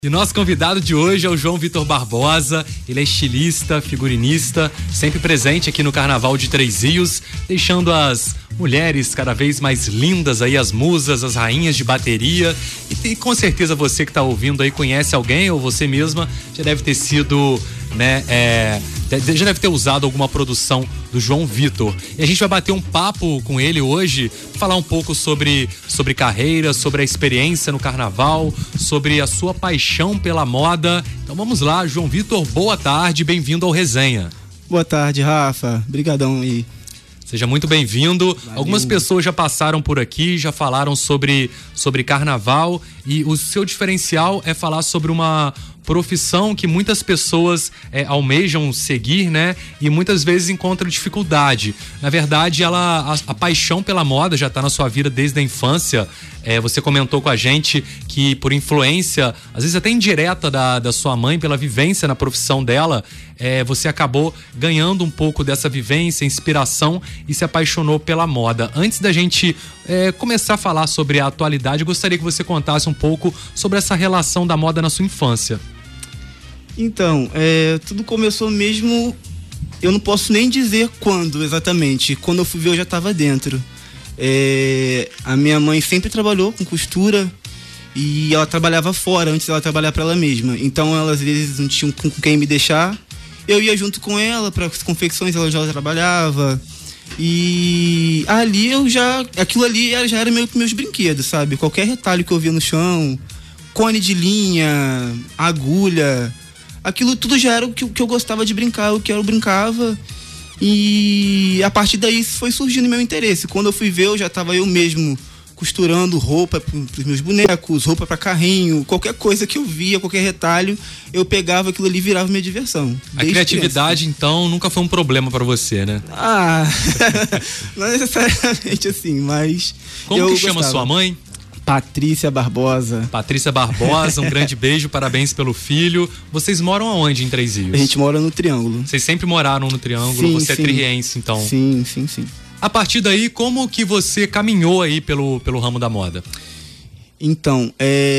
E nosso convidado de hoje é o João Vitor Barbosa. Ele é estilista, figurinista, sempre presente aqui no Carnaval de Três Rios, deixando as mulheres cada vez mais lindas aí, as musas, as rainhas de bateria. E com certeza você que está ouvindo aí conhece alguém, ou você mesma já deve ter sido, já deve ter usado alguma produção do João Vitor. E a gente vai bater um papo com ele hoje, falar um pouco sobre carreira, sobre a experiência no Carnaval, sobre a sua paixão pela moda. Então vamos lá, João Vitor, boa tarde, bem-vindo ao Resenha. Boa tarde, Rafa, brigadão aí. Seja muito bem-vindo. Valeu. Algumas pessoas já passaram por aqui, já falaram sobre Carnaval, e o seu diferencial é falar sobre uma profissão que muitas pessoas almejam seguir, né? E muitas vezes encontram dificuldade. Na verdade, a paixão pela moda já está na sua vida desde a infância. Você comentou com a gente que por influência, às vezes até indireta da sua mãe, pela vivência na profissão dela, você acabou ganhando um pouco dessa vivência, inspiração e se apaixonou pela moda. Antes da gente começar a falar sobre a atualidade, eu gostaria que você contasse um pouco sobre essa relação da moda na sua infância. Então, tudo começou mesmo, eu não posso nem dizer quando exatamente. Quando eu fui ver, eu já estava dentro. A minha mãe sempre trabalhou com costura e ela trabalhava fora antes dela trabalhar para ela mesma. Então ela às vezes não tinha com quem me deixar. Eu ia junto com ela para as confecções, ela já trabalhava. E ali aquilo ali já era meio que meus brinquedos, sabe? Qualquer retalho que eu via no chão, cone de linha, agulha, aquilo tudo já era o que eu gostava de brincar, o que eu brincava. E a partir daí foi surgindo meu interesse. Quando eu fui ver, eu já estava eu mesmo costurando roupa para os meus bonecos, roupa para carrinho, qualquer coisa que eu via, qualquer retalho, eu pegava aquilo ali e virava minha diversão. A criatividade, então, nunca foi um problema para você, né? Não necessariamente assim, mas Como que chama sua mãe? Patrícia Barbosa. Patrícia Barbosa, um grande beijo, parabéns pelo filho. Vocês moram aonde em Três Rios? A gente mora no Triângulo. Vocês sempre moraram no Triângulo? Sim, você sim. É tririense, então? Sim. A partir daí, como que você caminhou aí pelo ramo da moda? Então,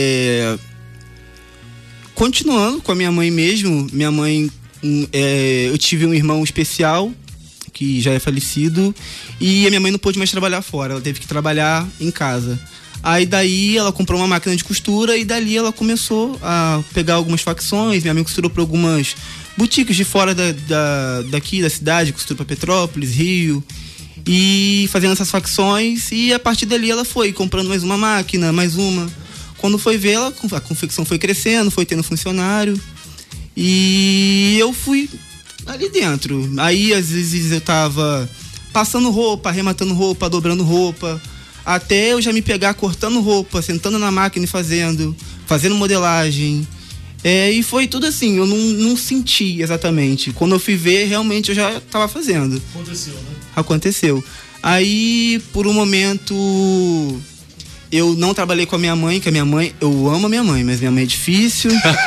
continuando com a minha mãe mesmo, minha mãe, eu tive um irmão especial, que já é falecido, e a minha mãe não pôde mais trabalhar fora, ela teve que trabalhar em casa. Aí daí ela comprou uma máquina de costura e dali ela começou a pegar algumas facções. Minha mãe costurou para algumas boutiques de fora daqui da cidade, costurou para Petrópolis, Rio, e fazendo essas facções, e a partir dali ela foi comprando mais uma máquina, mais uma. Quando foi ver, a confecção foi crescendo, foi tendo funcionário e eu fui ali dentro. Aí às vezes eu tava passando roupa, arrematando roupa, dobrando roupa, até eu já me pegar cortando roupa, sentando na máquina e fazendo modelagem. E foi tudo assim, eu não senti exatamente. Quando eu fui ver, realmente eu já estava fazendo. Aconteceu, né? Aconteceu. Aí, por um momento, eu não trabalhei com a minha mãe, que a minha mãe, eu amo a minha mãe, mas minha mãe é difícil.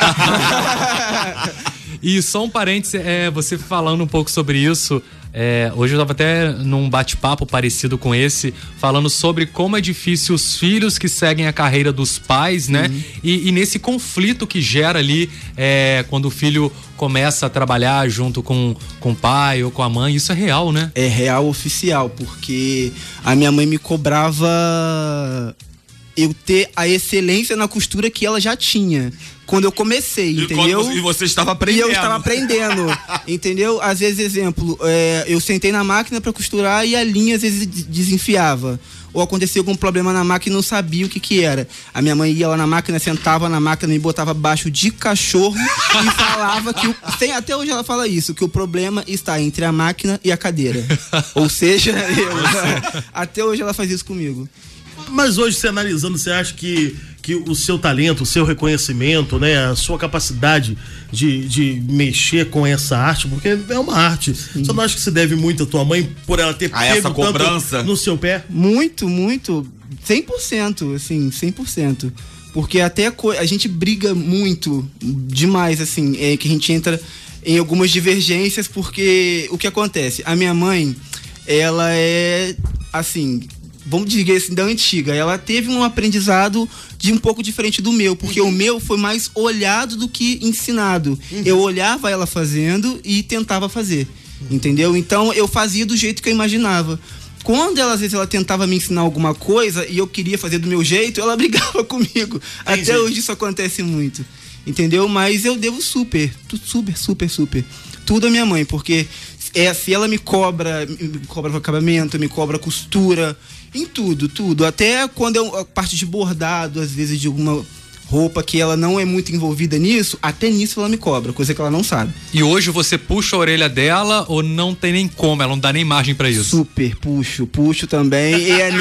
E só um parênteses, você falando um pouco sobre isso, hoje eu estava até num bate-papo parecido com esse, falando sobre como é difícil os filhos que seguem a carreira dos pais, né? E nesse conflito que gera ali quando o filho começa a trabalhar junto com o pai ou com a mãe, isso é real, né? É real, oficial, porque a minha mãe me cobrava eu ter a excelência na costura que ela já tinha quando eu comecei, entendeu? E você estava aprendendo. E eu estava aprendendo, entendeu? Às vezes, exemplo, eu sentei na máquina para costurar e a linha às vezes desenfiava. Ou acontecia algum problema na máquina e não sabia o que era. A minha mãe ia lá na máquina, sentava na máquina e botava baixo de cachorro e falava que... até hoje ela fala isso, que o problema está entre a máquina e a cadeira. Ou seja, até hoje ela faz isso comigo. Mas hoje, você analisando, você acha que o seu talento, o seu reconhecimento, né, a sua capacidade de mexer com essa arte, porque é uma arte, você não acha que se deve muito à tua mãe por ela ter pego essa cobrança no seu pé? Muito, 100%, assim, 100%. Porque até a gente briga muito, demais, assim, que a gente entra em algumas divergências, porque o que acontece? A minha mãe, ela é, assim, vamos dizer assim, da antiga. Ela teve um aprendizado de um pouco diferente do meu, porque o meu foi mais olhado do que ensinado. Eu olhava ela fazendo e tentava fazer, entendeu? Então eu fazia do jeito que eu imaginava. Quando ela, às vezes, ela tentava me ensinar alguma coisa e eu queria fazer do meu jeito, ela brigava comigo. Entendi. Até hoje isso acontece muito, entendeu? Mas eu devo super tudo à minha mãe, porque se ela me cobra acabamento, me cobra costura, em tudo. Até quando a parte de bordado, às vezes, de alguma roupa que ela não é muito envolvida nisso, até nisso ela me cobra, coisa que ela não sabe. E hoje você puxa a orelha dela ou não tem nem como, ela não dá nem margem pra isso? Super, puxo também, e é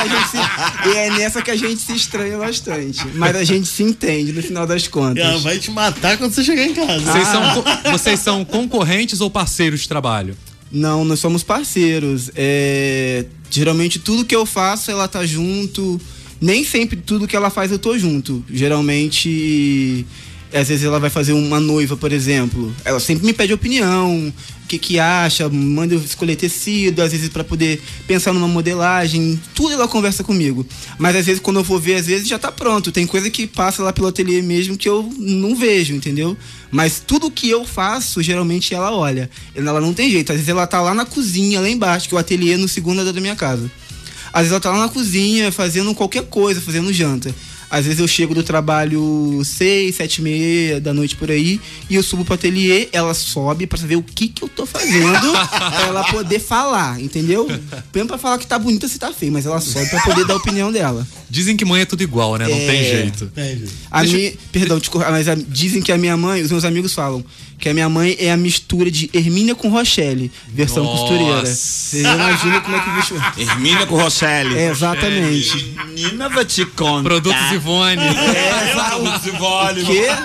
nessa que a gente se estranha bastante, mas a gente se entende no final das contas. Ela vai te matar quando você chegar em casa. Vocês são concorrentes ou parceiros de trabalho? Não, nós somos parceiros. Geralmente tudo que eu faço ela tá junto. Nem sempre tudo que ela faz eu tô junto. Geralmente, às vezes ela vai fazer uma noiva, por exemplo. Ela sempre me pede opinião, o que acha, manda eu escolher tecido, às vezes pra poder pensar numa modelagem. Tudo ela conversa comigo. Mas às vezes quando eu vou ver, às vezes já tá pronto. Tem coisa que passa lá pelo ateliê mesmo que eu não vejo, entendeu? Mas tudo que eu faço, geralmente ela olha. Ela não tem jeito. Às vezes ela tá lá na cozinha, lá embaixo, que é o ateliê é no segundo andar da minha casa. Às vezes ela tá lá na cozinha, fazendo qualquer coisa, fazendo janta. Às vezes eu chego do trabalho 6, 7h30 da noite por aí, e eu subo pro ateliê, ela sobe pra saber o que eu tô fazendo, pra ela poder falar, entendeu? Mesmo pra falar que tá bonita se tá feio, mas ela sobe pra poder dar a opinião dela. Dizem que mãe é tudo igual, né? Não tem jeito. Perdão, mas dizem que a minha mãe, os meus amigos falam, que a minha mãe é a mistura de Hermínia com Rochelle, versão costureira. Vocês imaginam como é que o bicho... Hermínia com Rochelle. Exatamente. Menina, vou te contar. Produtos Ivone. Produtos Ivone. O quê?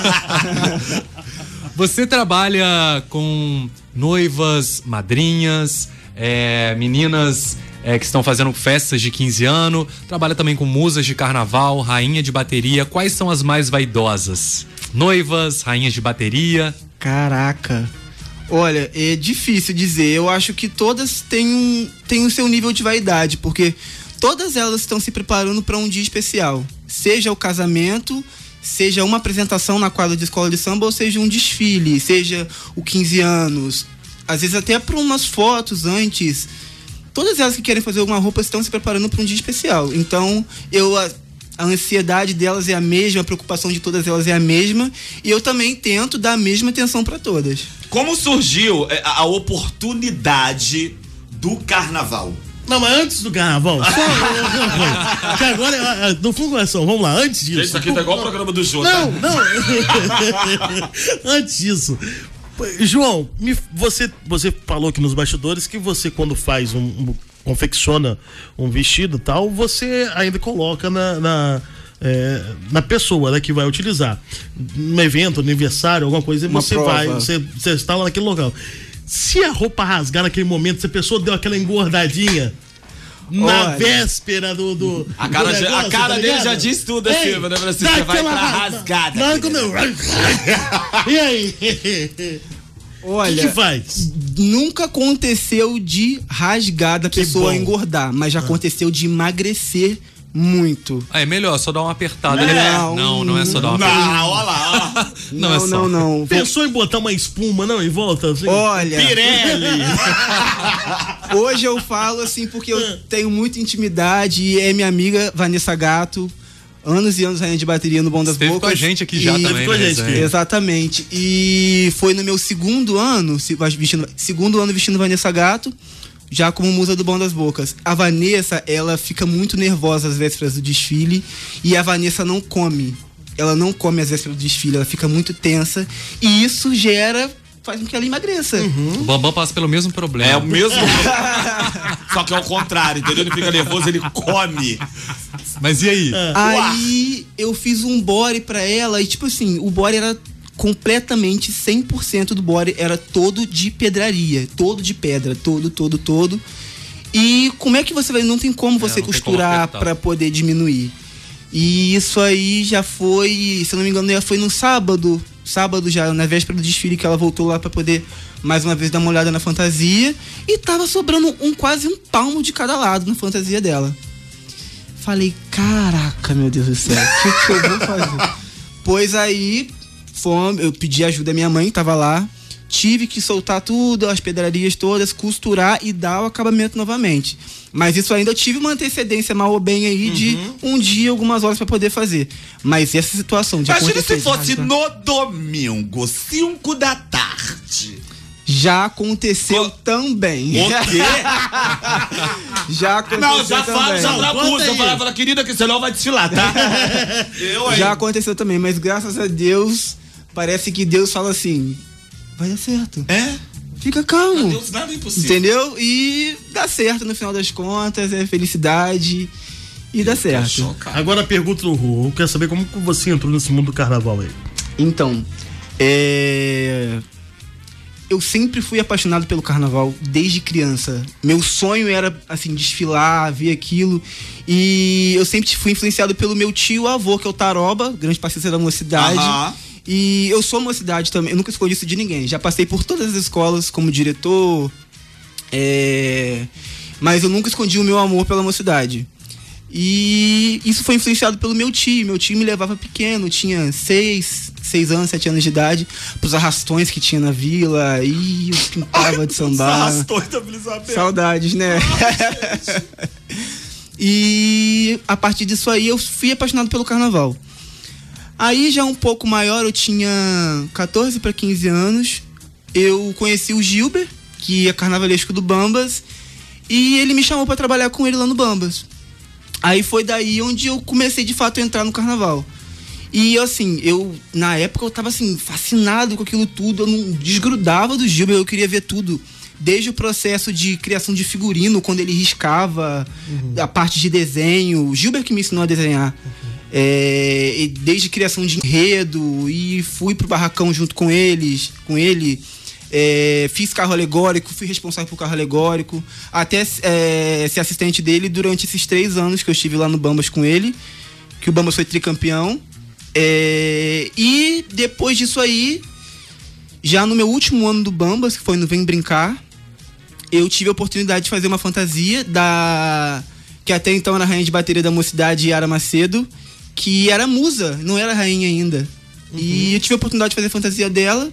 Você trabalha com noivas, madrinhas, meninas que estão fazendo festas de 15 anos, trabalha também com musas de carnaval, rainha de bateria. Quais são as mais vaidosas? Noivas, rainhas de bateria? Caraca. Olha, é difícil dizer. Eu acho que todas têm o seu nível de vaidade, porque todas elas estão se preparando para um dia especial. Seja o casamento, seja uma apresentação na quadra de escola de samba, ou seja um desfile, seja o 15 anos. Às vezes até para umas fotos antes. Todas elas que querem fazer alguma roupa estão se preparando para um dia especial. Então, a ansiedade delas é a mesma, a preocupação de todas elas é a mesma, e eu também tento dar a mesma atenção para todas. Como surgiu a oportunidade do carnaval? Não, mas antes do carnaval, só que agora, no fundo, vamos lá, antes disso. Isso aqui tá igual o programa do Jô. Não. Antes disso, João, você falou aqui nos bastidores que você, quando faz confecciona um vestido e tal, você ainda coloca na pessoa, né, que vai utilizar. Num evento, aniversário, alguma coisa, você está lá naquele local. Se a roupa rasgar naquele momento, se a pessoa deu aquela engordadinha na véspera do A cara dele já diz tudo assim, né? Você vai pra rasgada. E aí? Olha, o que faz? Nunca aconteceu de rasgar da pessoa engordar, mas já aconteceu de emagrecer muito. É melhor, só dar uma apertada. Não é só dar uma apertada. Não, olha lá. Não. Pensou em botar uma espuma, não, em volta? Assim? Olha, Pirelli. Hoje eu falo assim porque eu tenho muita intimidade e é minha amiga Vanessa Gato, anos e anos rainha de bateria no Bom das Bocas. Esteve com a gente aqui já também, né? Exatamente. E foi no meu segundo ano vestindo Vanessa Gato, já como musa do Bom das Bocas. A Vanessa, ela fica muito nervosa às vésperas do desfile, e a Vanessa não come. Ela não come às vésperas do desfile, ela fica muito tensa, e isso faz com que ela emagreça. O Bambam passa pelo mesmo problema. É o mesmo só que é o contrário, entendeu? Ele fica nervoso, ele come. Mas e aí? Aí eu fiz um body pra ela, e tipo assim, o body era completamente 100% do body era todo de pedraria, todo de pedra, todo. E como é que você vai? Não tem como você costurar para poder diminuir. E isso aí já foi, se eu não me engano, já foi no sábado sábado já, na véspera do desfile, que ela voltou lá pra poder mais uma vez dar uma olhada na fantasia. E tava sobrando quase um palmo de cada lado na fantasia dela. Falei, caraca, meu Deus do céu, o que eu vou fazer? Pois aí, eu pedi ajuda à minha mãe, tava lá. Tive que soltar tudo, as pedrarias todas, costurar e dar o acabamento novamente. Mas isso ainda eu tive uma antecedência mal ou bem aí de um dia, algumas horas pra poder fazer. Mas essa situação de Imagina se fosse no domingo, 5 da tarde. Já aconteceu também. O quê? Já aconteceu Não, já também. fala música. Fala, querida, que senão vai desfilar, tá? Já aconteceu também, mas graças a Deus, parece que Deus fala assim, vai dar certo. Fica calmo. Deus, nada é impossível. Entendeu? E dá certo no final das contas, é felicidade e dá certo. Agora a pergunta do Ru, eu quero saber como você entrou nesse mundo do carnaval aí. Então, eu sempre fui apaixonado pelo carnaval desde criança. Meu sonho era, assim, desfilar, ver aquilo. E eu sempre fui influenciado pelo meu tio avô, que é o Taroba, grande parceiro da Mocidade. E eu sou Mocidade também, eu nunca escolhi isso de ninguém. Já passei por todas as escolas como diretor, mas eu nunca escondi o meu amor pela Mocidade. E isso foi influenciado pelo meu tio. Meu tio me levava pequeno, tinha 6 anos, 7 anos de idade, pros arrastões que tinha na vila, e eu pintava de sambar. Arrastões da Vila Isabel. Saudades, né? E a partir disso aí eu fui apaixonado pelo carnaval. Aí já um pouco maior, eu tinha 14 para 15 anos, eu conheci o Gilber, que é carnavalesco do Bambas, e ele me chamou para trabalhar com ele lá no Bambas. Aí foi daí onde eu comecei de fato a entrar no carnaval. E assim, na época eu tava assim, fascinado com aquilo tudo, eu não desgrudava do Gilber, eu queria ver tudo. Desde o processo de criação de figurino, quando ele riscava a parte de desenho, o Gilber que me ensinou a desenhar. E desde criação de enredo, e fui pro barracão junto com ele. Fiz carro alegórico, fui responsável por carro alegórico, até ser assistente dele durante esses 3 anos que eu estive lá no Bambas com ele, que o Bambas foi tricampeão. E depois disso aí, já no meu último ano do Bambas, que foi no Vem Brincar, eu tive a oportunidade de fazer uma fantasia que até então era rainha de bateria da Mocidade, Yara Macedo, que era musa, não era rainha ainda. E eu tive a oportunidade de fazer a fantasia dela.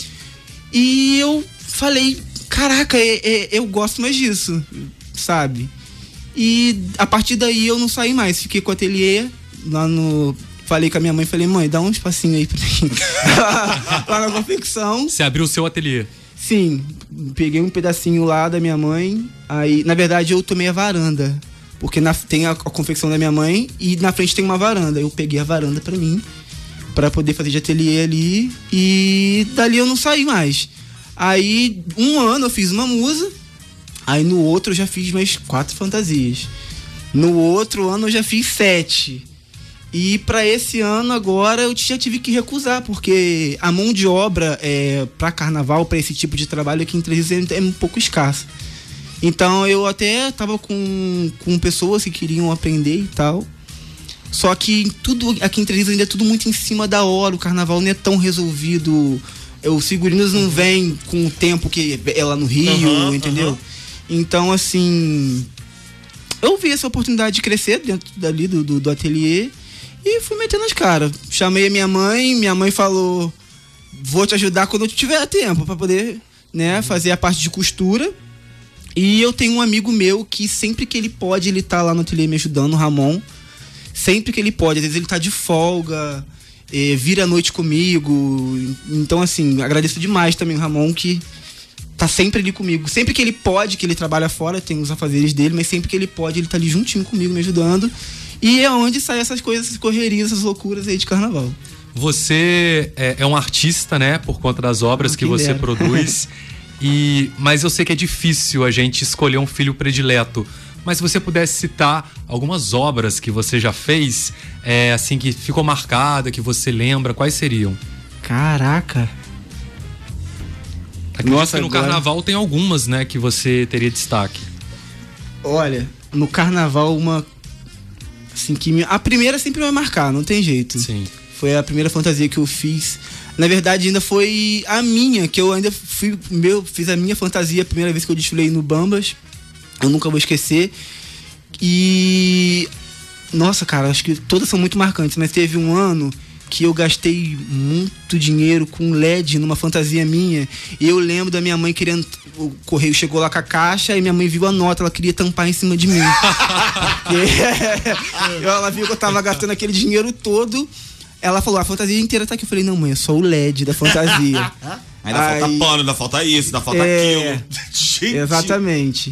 E eu falei, caraca, eu gosto mais disso, sabe? E a partir daí eu não saí mais, fiquei com o ateliê lá no... Falei com a minha mãe, falei, mãe, dá um espacinho aí pra mim. Lá na confecção. Você abriu o seu ateliê? Sim, peguei um pedacinho lá da minha mãe. Aí, na verdade, eu tomei a varanda. Porque tem a confecção da minha mãe e na frente tem uma varanda. Eu peguei a varanda pra mim, pra poder fazer de ateliê ali. E dali eu não saí mais. Aí, 1 ano eu fiz uma musa. Aí no outro eu já fiz mais 4 fantasias. No outro ano eu já fiz 7. E para esse ano agora eu já tive que recusar, porque a mão de obra para carnaval, para esse tipo de trabalho aqui em Três Rios é um pouco escassa. Então eu até tava com pessoas que queriam aprender e tal. Só que tudo aqui em Três Rios ainda é tudo muito em cima da hora, o carnaval não é tão resolvido. Os figurinos não vêm com o tempo que é lá no Rio, entendeu? Então assim, eu vi essa oportunidade de crescer dentro dali do ateliê. E fui metendo as caras. Chamei a minha mãe falou, vou te ajudar quando eu tiver tempo pra poder, né, fazer a parte de costura. E eu tenho um amigo meu que sempre que ele pode, ele tá lá no ateliê me ajudando, o Ramon. Sempre que ele pode, às vezes ele tá de folga, vira a noite comigo. Então assim, agradeço demais também o Ramon, que tá sempre ali comigo. Sempre que ele pode, que ele trabalha fora, tem os afazeres dele, mas sempre que ele pode, ele tá ali juntinho comigo, me ajudando. E é onde saem essas coisas, essas correrias, essas loucuras aí de carnaval. Você é um artista, né? Por conta das obras que você produz. Mas eu sei que é difícil a gente escolher um filho predileto. Mas se você pudesse citar algumas obras que você já fez, assim, que ficou marcada, que você lembra, quais seriam? Caraca! Nossa, que no carnaval tem algumas, né? Que você teria destaque. Olha, no carnaval assim, a primeira sempre vai marcar, não tem jeito. Sim. Foi a primeira fantasia que eu fiz. Na verdade, ainda foi a minha, que eu ainda fiz a minha fantasia a primeira vez que eu desfilei no Bambas. Eu nunca vou esquecer. E... Nossa, cara, acho que todas são muito marcantes, mas teve um ano que eu gastei muito dinheiro com LED numa fantasia minha. E eu lembro da minha mãe querendo... O correio chegou lá com a caixa e minha mãe viu a nota, ela queria tampar em cima de mim. Ela viu que eu tava gastando aquele dinheiro todo. Ela falou, a fantasia inteira tá aqui. Eu falei, não, mãe, é só o LED da fantasia. Ainda falta pano, ainda falta isso, ainda falta aquilo. Gente. Exatamente.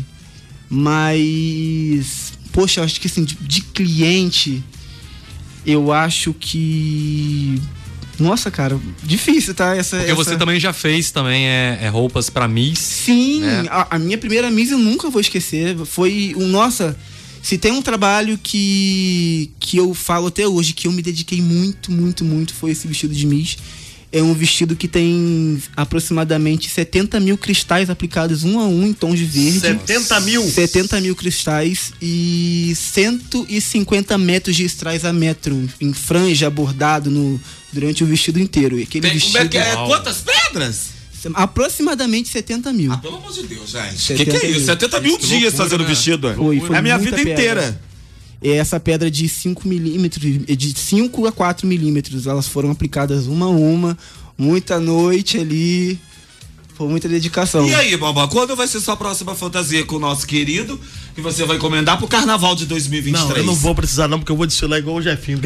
Mas... Poxa, eu acho que assim, de cliente, eu acho que... Nossa, cara, difícil, tá? Porque você também já fez também roupas pra Miss. Sim, né? A minha primeira Miss eu nunca vou esquecer. Foi nossa, se tem um trabalho que eu falo até hoje, que eu me dediquei muito, muito, muito, foi esse vestido de Miss. É um vestido que tem aproximadamente 70 mil cristais aplicados um a um em tons de verde. 70 mil? 70 mil cristais e 150 metros de strass a metro em franja, bordado durante o vestido inteiro. Aquele vestido... Quantas pedras? Aproximadamente 70 mil. Ah, pelo amor de Deus, gente. Que é isso? 70 mil dias loucura, fazendo vestido. Foi é a minha vida inteira. É essa pedra de 5 milímetros, de 5 a 4 milímetros. Elas foram aplicadas uma a uma, muita noite ali. Foi muita dedicação. E aí, Bambam, quando vai ser sua próxima fantasia com o nosso querido, que você vai encomendar pro Carnaval de 2023? Não, eu não vou precisar não, porque eu vou desfilar igual o Jefinho.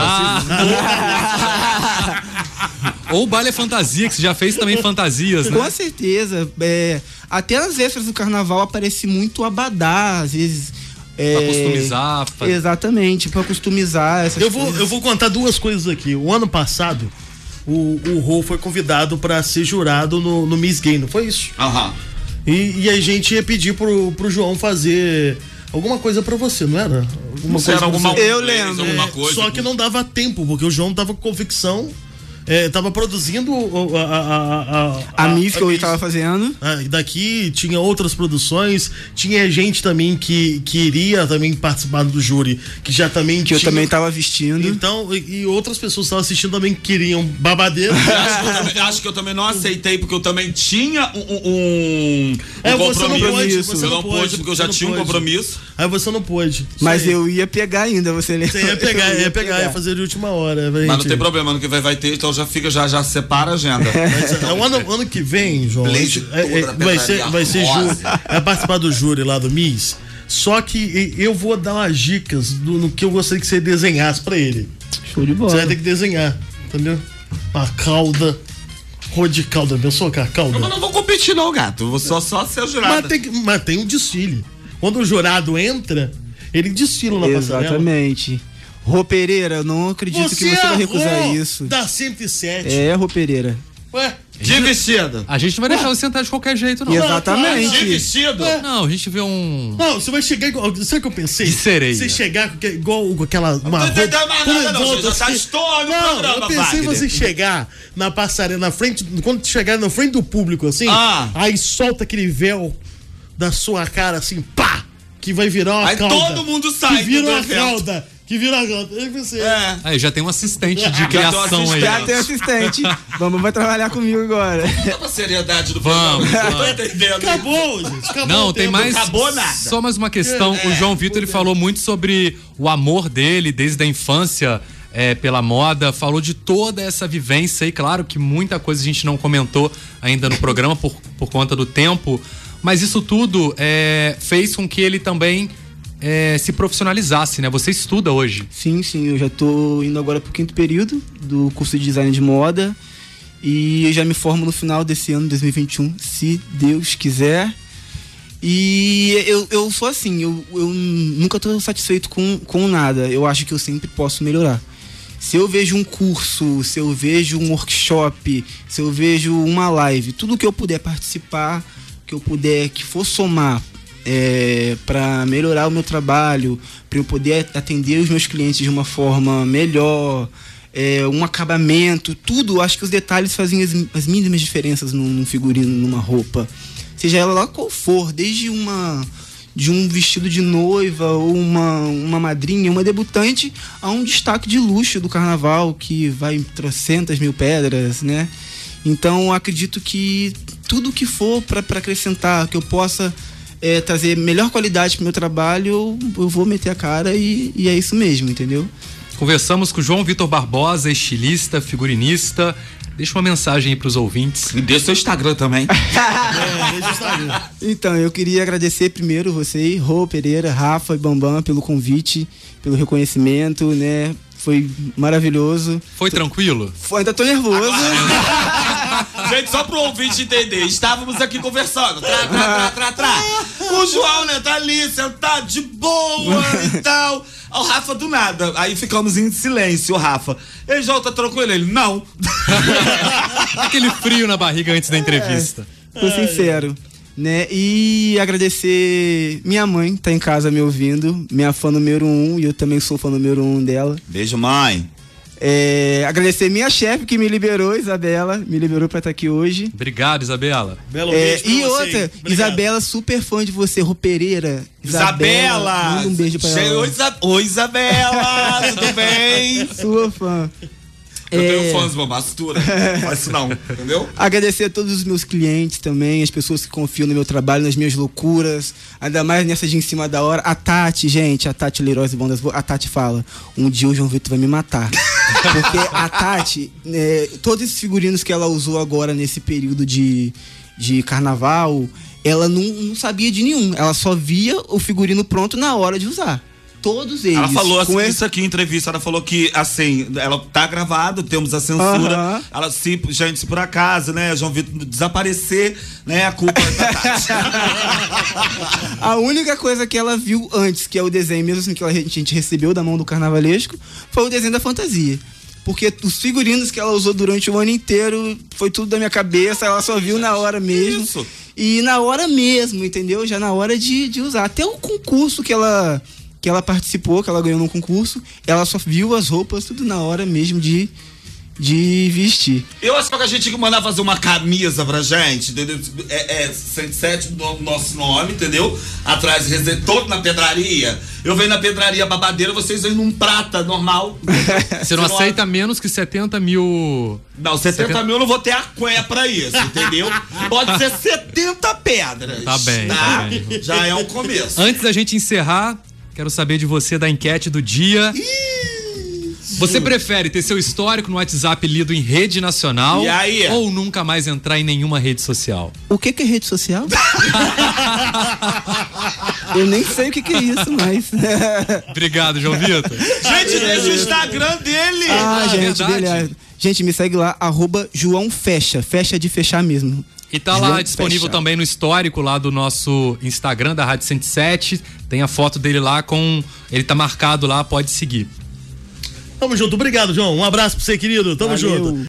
Ou o baile é fantasia, que você já fez também fantasias, né? Com certeza. Até nas vésperas do Carnaval aparece muito abadá, às vezes... Pra customizar. Exatamente, pra customizar essas coisas. Eu vou contar duas coisas aqui. O ano passado, o Rô foi convidado pra ser jurado no Miss Gay, não foi isso? Aham. E a gente ia pedir pro João fazer alguma coisa pra você, não era? Eu lembro. Alguma coisa, só que não dava tempo, porque o João tava com convicção. Tava produzindo a Miss que eu tava fazendo. E daqui tinha outras produções, tinha gente também que iria também participar do júri, que já também eu também tava vestindo. Então, e outras pessoas que estavam assistindo também queriam babadeiro. Acho que eu também não aceitei, porque eu também tinha um compromisso. Você não pôde, porque eu já tinha um compromisso. Aí você não pôde. Mas eu ia pegar ainda, você lembra? Você ia pegar, ia fazer de última hora. Mas não tem problema, ano que vai ter, então já separa a agenda. Ano que vem, João, vai ser júri, vai participar do júri lá do Miss. Só que eu vou dar umas dicas no que eu gostaria que você desenhasse pra ele. Show de bola. Você vai ter que desenhar, entendeu? Uma cauda, cor de cauda, pensou que a cauda? Eu não vou competir não, gato, eu vou só ser jurado. Mas tem um desfile. Quando o jurado entra, ele desfila na passarela. Exatamente. Rô Pereira, eu não acredito que você vai recusar isso. Da 107. Rô Pereira. Ué? De vestido. A gente não vai deixar você sentar de qualquer jeito, não. Exatamente. De vestido? Não, a gente vê um... Não, você vai chegar igual... Sabe o que eu pensei? De sereia. Você chegar igual com aquela... Não tô entendendo mais nada, não. Já tá estourando o programa, eu pensei em você chegar na passarela, na frente... Quando chegar na frente do público, assim... Aí solta aquele véu da sua cara, assim, pá! Que vai virar uma cauda. Aí todo mundo sai. Que vira uma cauda. Que vira a cauda. Eu pensei... Aí já tem um assistente de criação aí. Já tem assistente. Vamos, vai trabalhar comigo agora. Vamos a seriedade do programa. Não tô entendendo. Acabou, gente. Acabou. Não, tem mais. Não acabou nada. Só mais uma questão. O João Vitor, ele falou muito sobre o amor dele desde a infância pela moda. Falou de toda essa vivência. E claro que muita coisa a gente não comentou ainda no programa por conta do tempo. Mas isso tudo fez com que ele também se profissionalizasse, né? Você estuda hoje. Sim, eu já tô indo agora pro 5º período do curso de design de moda e eu já me formo no final desse ano, 2021, se Deus quiser. E eu sou assim, eu nunca tô satisfeito com nada. Eu acho que eu sempre posso melhorar. Se eu vejo um curso, se eu vejo um workshop, se eu vejo uma live, tudo que eu puder participar, que for somar para melhorar o meu trabalho, para eu poder atender os meus clientes de uma forma melhor, um acabamento, tudo, acho que os detalhes fazem as mínimas diferenças num figurino, numa roupa, seja ela lá qual for, desde de um vestido de noiva ou uma madrinha, uma debutante, a um destaque de luxo do carnaval que vai em trocentas mil pedras, né? Então acredito que tudo que for para acrescentar, que eu possa trazer melhor qualidade pro meu trabalho, eu vou meter a cara e é isso mesmo, entendeu? Conversamos com o João Vitor Barbosa, estilista, figurinista. Deixa uma mensagem aí pros ouvintes. E deixa seu Instagram também. Deixa o Instagram. Então, eu queria agradecer primeiro você, Rô Pereira, Rafa e Bambam, pelo convite, pelo reconhecimento, né? Foi maravilhoso. Foi tranquilo? Ainda tô nervoso. Gente, só pro ouvinte entender, estávamos aqui conversando. O João, né, tá ali, sentado de boa e tal. O Rafa do nada. Aí ficamos em silêncio, o Rafa. Ei, João, tá tranquilo? Ele, não. Aquele frio na barriga antes da entrevista. Tô sincero, né? E agradecer minha mãe, tá em casa me ouvindo, minha fã número 1, e eu também sou fã número 1 dela. Beijo, mãe. Agradecer minha chefe que me liberou, Isabela, me liberou pra estar aqui hoje. Obrigado, Isabela. Belo beijo pra E você. outra, Obrigado. Isabela, super fã de você, Rô Pereira. Isabela! Manda um beijo pra ela. Oi, Isabela! Tudo bem? Sua fã. Eu tenho fãs, mamãe, mastura. Faz isso não, entendeu? Agradecer a todos os meus clientes também, as pessoas que confiam no meu trabalho, nas minhas loucuras, ainda mais nessa de em cima da hora. A Tati, gente, a Tati Leiroz e Bom das Boas, a Tati fala, um dia o João Vitor vai me matar. Porque a Tati, todos esses figurinos que ela usou agora nesse período de carnaval, ela não sabia de nenhum, ela só via o figurino pronto na hora de usar. Todos eles. Ela falou assim, Com isso aqui em entrevista, ela falou que, assim, ela tá gravado, temos a censura. Aham. Ela, se por acaso, né, João Vitor desaparecer, né, a culpa é da Tati. A única coisa que ela viu antes, que é o desenho mesmo assim, que a gente recebeu da mão do carnavalesco, foi o desenho da fantasia. Porque os figurinos que ela usou durante o ano inteiro foi tudo da minha cabeça, ela só viu na hora mesmo. Isso. E na hora mesmo, entendeu? Já na hora de usar. Até o concurso que ela participou, que ela ganhou no concurso, ela só viu as roupas tudo na hora mesmo de vestir. Eu acho que a gente tinha que mandar fazer uma camisa pra gente, entendeu? 107 do nosso nome, entendeu? Atrás, todo na pedraria. Eu venho na pedraria babadeira, vocês vêm num prata normal. Você não aceita menos que 70 mil... Não, 70 mil eu não vou ter a cué pra isso, entendeu? Pode ser 70 pedras. Tá bem, tá bem. Já é um começo. Antes da gente encerrar, quero saber de você da enquete do dia. Você prefere ter seu histórico no WhatsApp lido em rede nacional E aí? ou nunca mais entrar em nenhuma rede social? O que é rede social? Eu nem sei o que é isso, mas... Obrigado, João Vitor. Gente, deixa o Instagram dele. gente, verdade. beleza. Gente, me segue lá, @JoãoFecha. Fecha de fechar mesmo. E tá lá João disponível Fecha. também no histórico lá do nosso Instagram da Rádio 107. Tem a foto dele lá com... Ele tá marcado lá, pode seguir. Tamo junto. Obrigado, João. Um abraço pra você, querido. Tamo Valeu. junto.